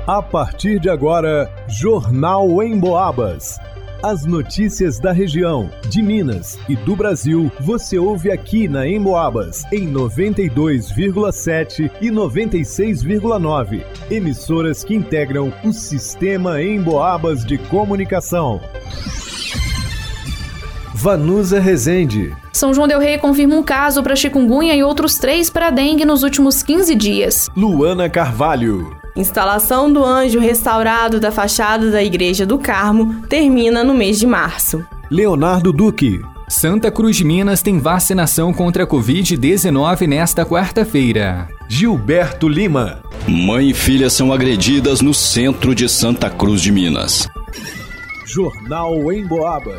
A partir de agora, Jornal Emboabas. As notícias da região, de Minas e do Brasil, você ouve aqui na Emboabas, em 92,7 e 96,9. Emissoras que integram o Sistema Emboabas de Comunicação. Vanusa Rezende. São João del Rei confirma um caso para chikungunya e outros 3 para dengue nos últimos 15 dias. Luana Carvalho. Instalação do anjo restaurado da fachada da Igreja do Carmo termina no mês de março. Leonardo Duque. Santa Cruz de Minas tem vacinação contra a Covid-19 nesta quarta-feira. Gilberto Lima. Mãe e filha são agredidas no centro de Santa Cruz de Minas. Jornal Emboabas.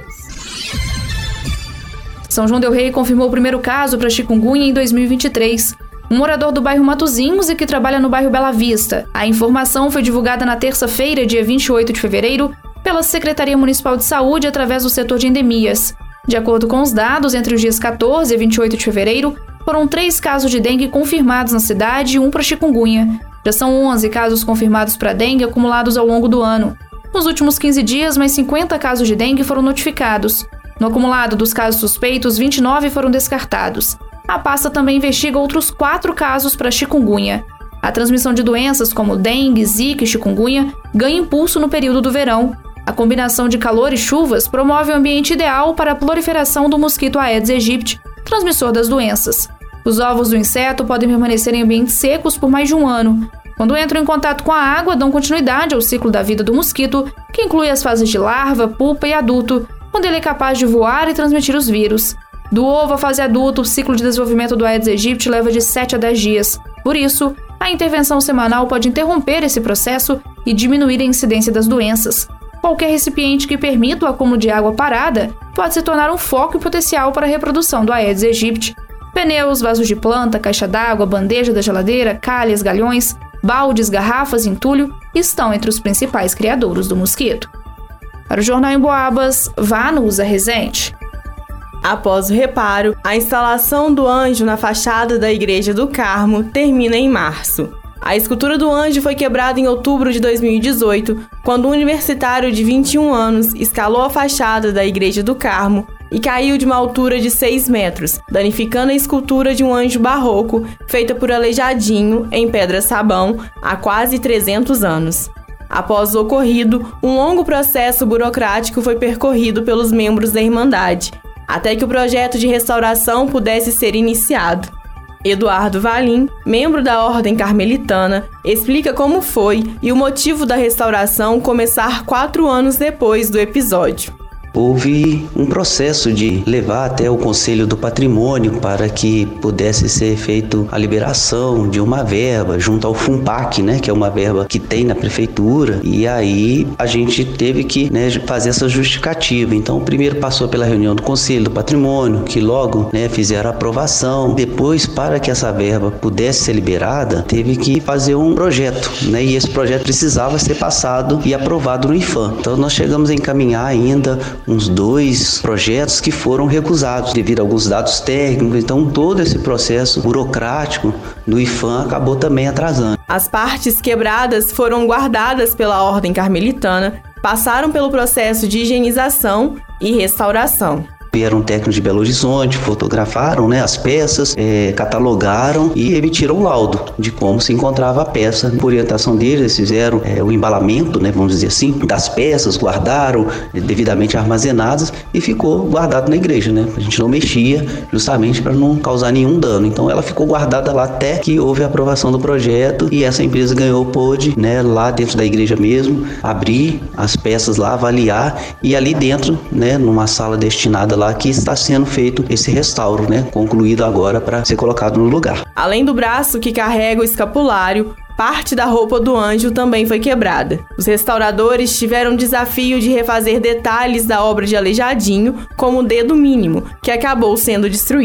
São João del Rei confirmou o primeiro caso para chikungunya em 2023. Um morador do bairro Matozinhos e que trabalha no bairro Bela Vista. A informação foi divulgada na terça-feira, dia 28 de fevereiro, pela Secretaria Municipal de Saúde através do setor de endemias. De acordo com os dados, entre os dias 14 e 28 de fevereiro, foram 3 casos de dengue confirmados na cidade e 1 para chikungunya. Já são 11 casos confirmados para dengue acumulados ao longo do ano. Nos últimos 15 dias, mais 50 casos de dengue foram notificados. No acumulado dos casos suspeitos, 29 foram descartados. A pasta também investiga outros 4 casos para chikungunya. A transmissão de doenças como dengue, zika e chikungunya ganha impulso no período do verão. A combinação de calor e chuvas promove um ambiente ideal para a proliferação do mosquito Aedes aegypti, transmissor das doenças. Os ovos do inseto podem permanecer em ambientes secos por mais de um ano. Quando entram em contato com a água, dão continuidade ao ciclo da vida do mosquito, que inclui as fases de larva, pupa e adulto, quando ele é capaz de voar e transmitir os vírus. Do ovo à fase adulta, o ciclo de desenvolvimento do Aedes aegypti leva de 7 a 10 dias. Por isso, a intervenção semanal pode interromper esse processo e diminuir a incidência das doenças. Qualquer recipiente que permita o acúmulo de água parada pode se tornar um foco potencial para a reprodução do Aedes aegypti. Pneus, vasos de planta, caixa d'água, bandeja da geladeira, calhas, galhões, baldes, garrafas e entulho estão entre os principais criadouros do mosquito. Para o Jornal Emboabas, Vanusa Rezende. Após o reparo, a instalação do anjo na fachada da Igreja do Carmo termina em março. A escultura do anjo foi quebrada em outubro de 2018, quando um universitário de 21 anos escalou a fachada da Igreja do Carmo e caiu de uma altura de 6 metros, danificando a escultura de um anjo barroco feita por Aleijadinho em pedra-sabão há quase 300 anos. Após o ocorrido, um longo processo burocrático foi percorrido pelos membros da Irmandade, até que o projeto de restauração pudesse ser iniciado. Eduardo Valim, membro da Ordem Carmelitana, explica como foi e o motivo da restauração começar 4 anos depois do episódio. Houve um processo de levar até o Conselho do Patrimônio para que pudesse ser feita a liberação de uma verba junto ao FUNPAC, que é uma verba que tem na prefeitura, e aí a gente teve que fazer essa justificativa. Então, primeiro passou pela reunião do Conselho do Patrimônio, que logo fizeram a aprovação. Depois, para que essa verba pudesse ser liberada, teve que fazer um projeto, e esse projeto precisava ser passado e aprovado no IFAM. Então, nós chegamos a encaminhar ainda uns 2 projetos que foram recusados devido a alguns dados técnicos. Então todo esse processo burocrático do IFAM acabou também atrasando. As partes quebradas foram guardadas pela Ordem Carmelitana, passaram pelo processo de higienização e restauração. Vieram técnicos de Belo Horizonte, fotografaram as peças, catalogaram e emitiram o laudo de como se encontrava a peça. Por orientação deles, eles fizeram o embalamento, vamos dizer assim, das peças, guardaram devidamente armazenadas e ficou guardado na igreja. A gente não mexia justamente para não causar nenhum dano. Então ela ficou guardada lá até que houve a aprovação do projeto e essa empresa pôde, lá dentro da igreja mesmo, abrir as peças lá, avaliar e ali dentro, numa sala destinada lá, que está sendo feito esse restauro, concluído agora para ser colocado no lugar. Além do braço que carrega o escapulário, parte da roupa do anjo também foi quebrada. Os restauradores tiveram o desafio de refazer detalhes da obra de Aleijadinho, como o dedo mínimo, que acabou sendo destruído.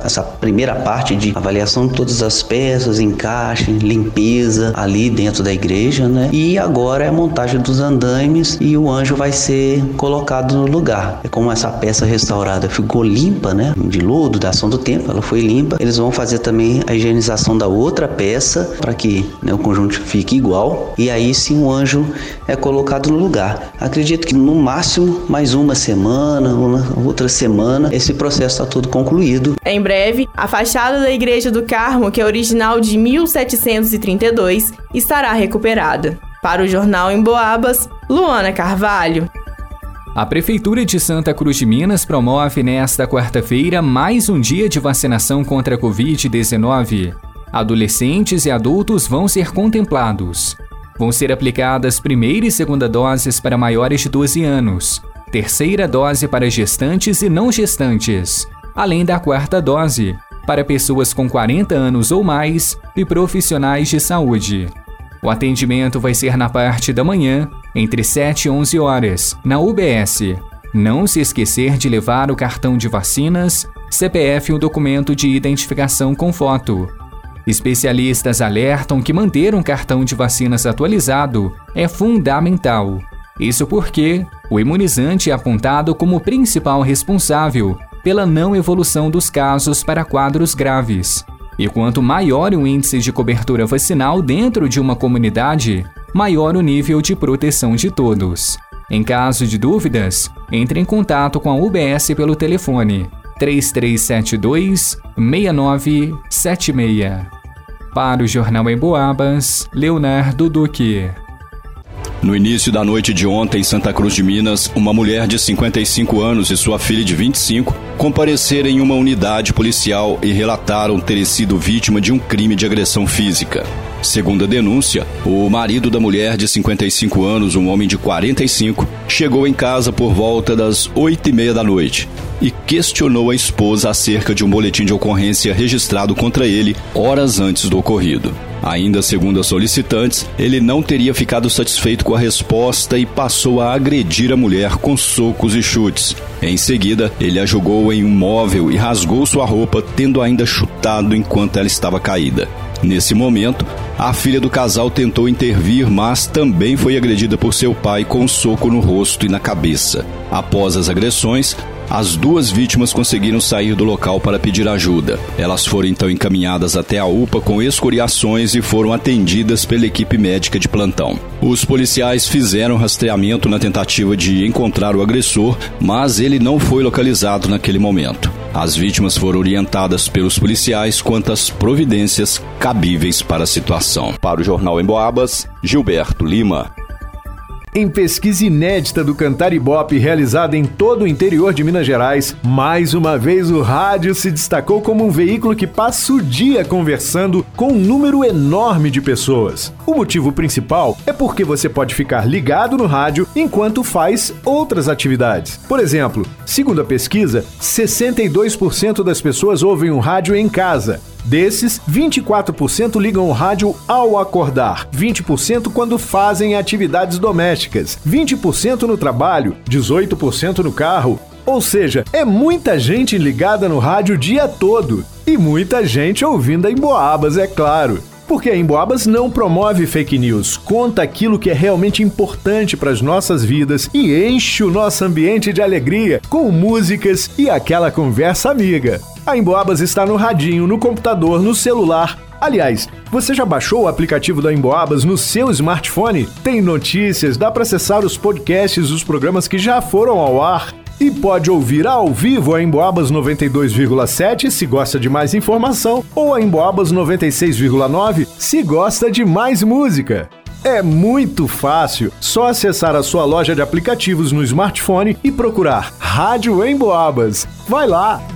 essa primeira parte de avaliação de todas as peças, encaixe, limpeza ali dentro da igreja, né? E agora é a montagem dos andaimes e o anjo vai ser colocado no lugar. É como essa peça restaurada ficou limpa, né? De lodo, da ação do tempo, ela foi limpa. Eles vão fazer também a higienização da outra peça para que, né, o conjunto fique igual. E aí sim o anjo é colocado no lugar. Acredito que no máximo mais uma semana, outra semana, esse processo está todo concluído. Em breve, a fachada da Igreja do Carmo, que é original de 1732, estará recuperada. Para o Jornal Emboabas, Luana Carvalho. A Prefeitura de Santa Cruz de Minas promove nesta quarta-feira mais um dia de vacinação contra a Covid-19. Adolescentes e adultos vão ser contemplados. Vão ser aplicadas primeira e segunda doses para maiores de 12 anos, terceira dose para gestantes e não gestantes, além da quarta dose para pessoas com 40 anos ou mais e profissionais de saúde. O atendimento vai ser na parte da manhã, entre 7 e 11 horas, na UBS. Não se esquecer de levar o cartão de vacinas, CPF e um documento de identificação com foto. Especialistas alertam que manter um cartão de vacinas atualizado é fundamental. Isso porque o imunizante é apontado como o principal responsável pela não evolução dos casos para quadros graves. E quanto maior o índice de cobertura vacinal dentro de uma comunidade, maior o nível de proteção de todos. Em caso de dúvidas, entre em contato com a UBS pelo telefone 3372-6976. Para o Jornal Emboabas, Leonardo Duque. No início da noite de ontem, em Santa Cruz de Minas, uma mulher de 55 anos e sua filha de 25 compareceram em uma unidade policial e relataram terem sido vítima de um crime de agressão física. Segundo a denúncia, o marido da mulher de 55 anos, um homem de 45, chegou em casa por volta das 8h30 da noite e questionou a esposa acerca de um boletim de ocorrência registrado contra ele horas antes do ocorrido. Ainda segundo as solicitantes, ele não teria ficado satisfeito com a resposta e passou a agredir a mulher com socos e chutes. Em seguida, ele a jogou em um móvel e rasgou sua roupa, tendo ainda chutado enquanto ela estava caída. Nesse momento, a filha do casal tentou intervir, mas também foi agredida por seu pai com um soco no rosto e na cabeça. Após as agressões, as duas vítimas conseguiram sair do local para pedir ajuda. Elas foram então encaminhadas até a UPA com escoriações e foram atendidas pela equipe médica de plantão. Os policiais fizeram rastreamento na tentativa de encontrar o agressor, mas ele não foi localizado naquele momento. As vítimas foram orientadas pelos policiais quanto às providências cabíveis para a situação. Para o Jornal Emboabas, Gilberto Lima. Em pesquisa inédita do Cantar Ibope realizada em todo o interior de Minas Gerais, mais uma vez o rádio se destacou como um veículo que passa o dia conversando com um número enorme de pessoas. O motivo principal é porque você pode ficar ligado no rádio enquanto faz outras atividades. Por exemplo, segundo a pesquisa, 62% das pessoas ouvem o rádio em casa. Desses, 24% ligam o rádio ao acordar, 20% quando fazem atividades domésticas, 20% no trabalho, 18% no carro. Ou seja, é muita gente ligada no rádio o dia todo. E muita gente ouvindo a Emboabas, é claro. Porque a Emboabas não promove fake news, conta aquilo que é realmente importante para as nossas vidas e enche o nosso ambiente de alegria com músicas e aquela conversa amiga. A Emboabas está no radinho, no computador, no celular. Aliás, você já baixou o aplicativo da Emboabas no seu smartphone? Tem notícias, dá para acessar os podcasts dos programas que já foram ao ar. E pode ouvir ao vivo a Emboabas 92,7 se gosta de mais informação ou a Emboabas 96,9 se gosta de mais música. É muito fácil, só acessar a sua loja de aplicativos no smartphone e procurar Rádio Emboabas. Vai lá!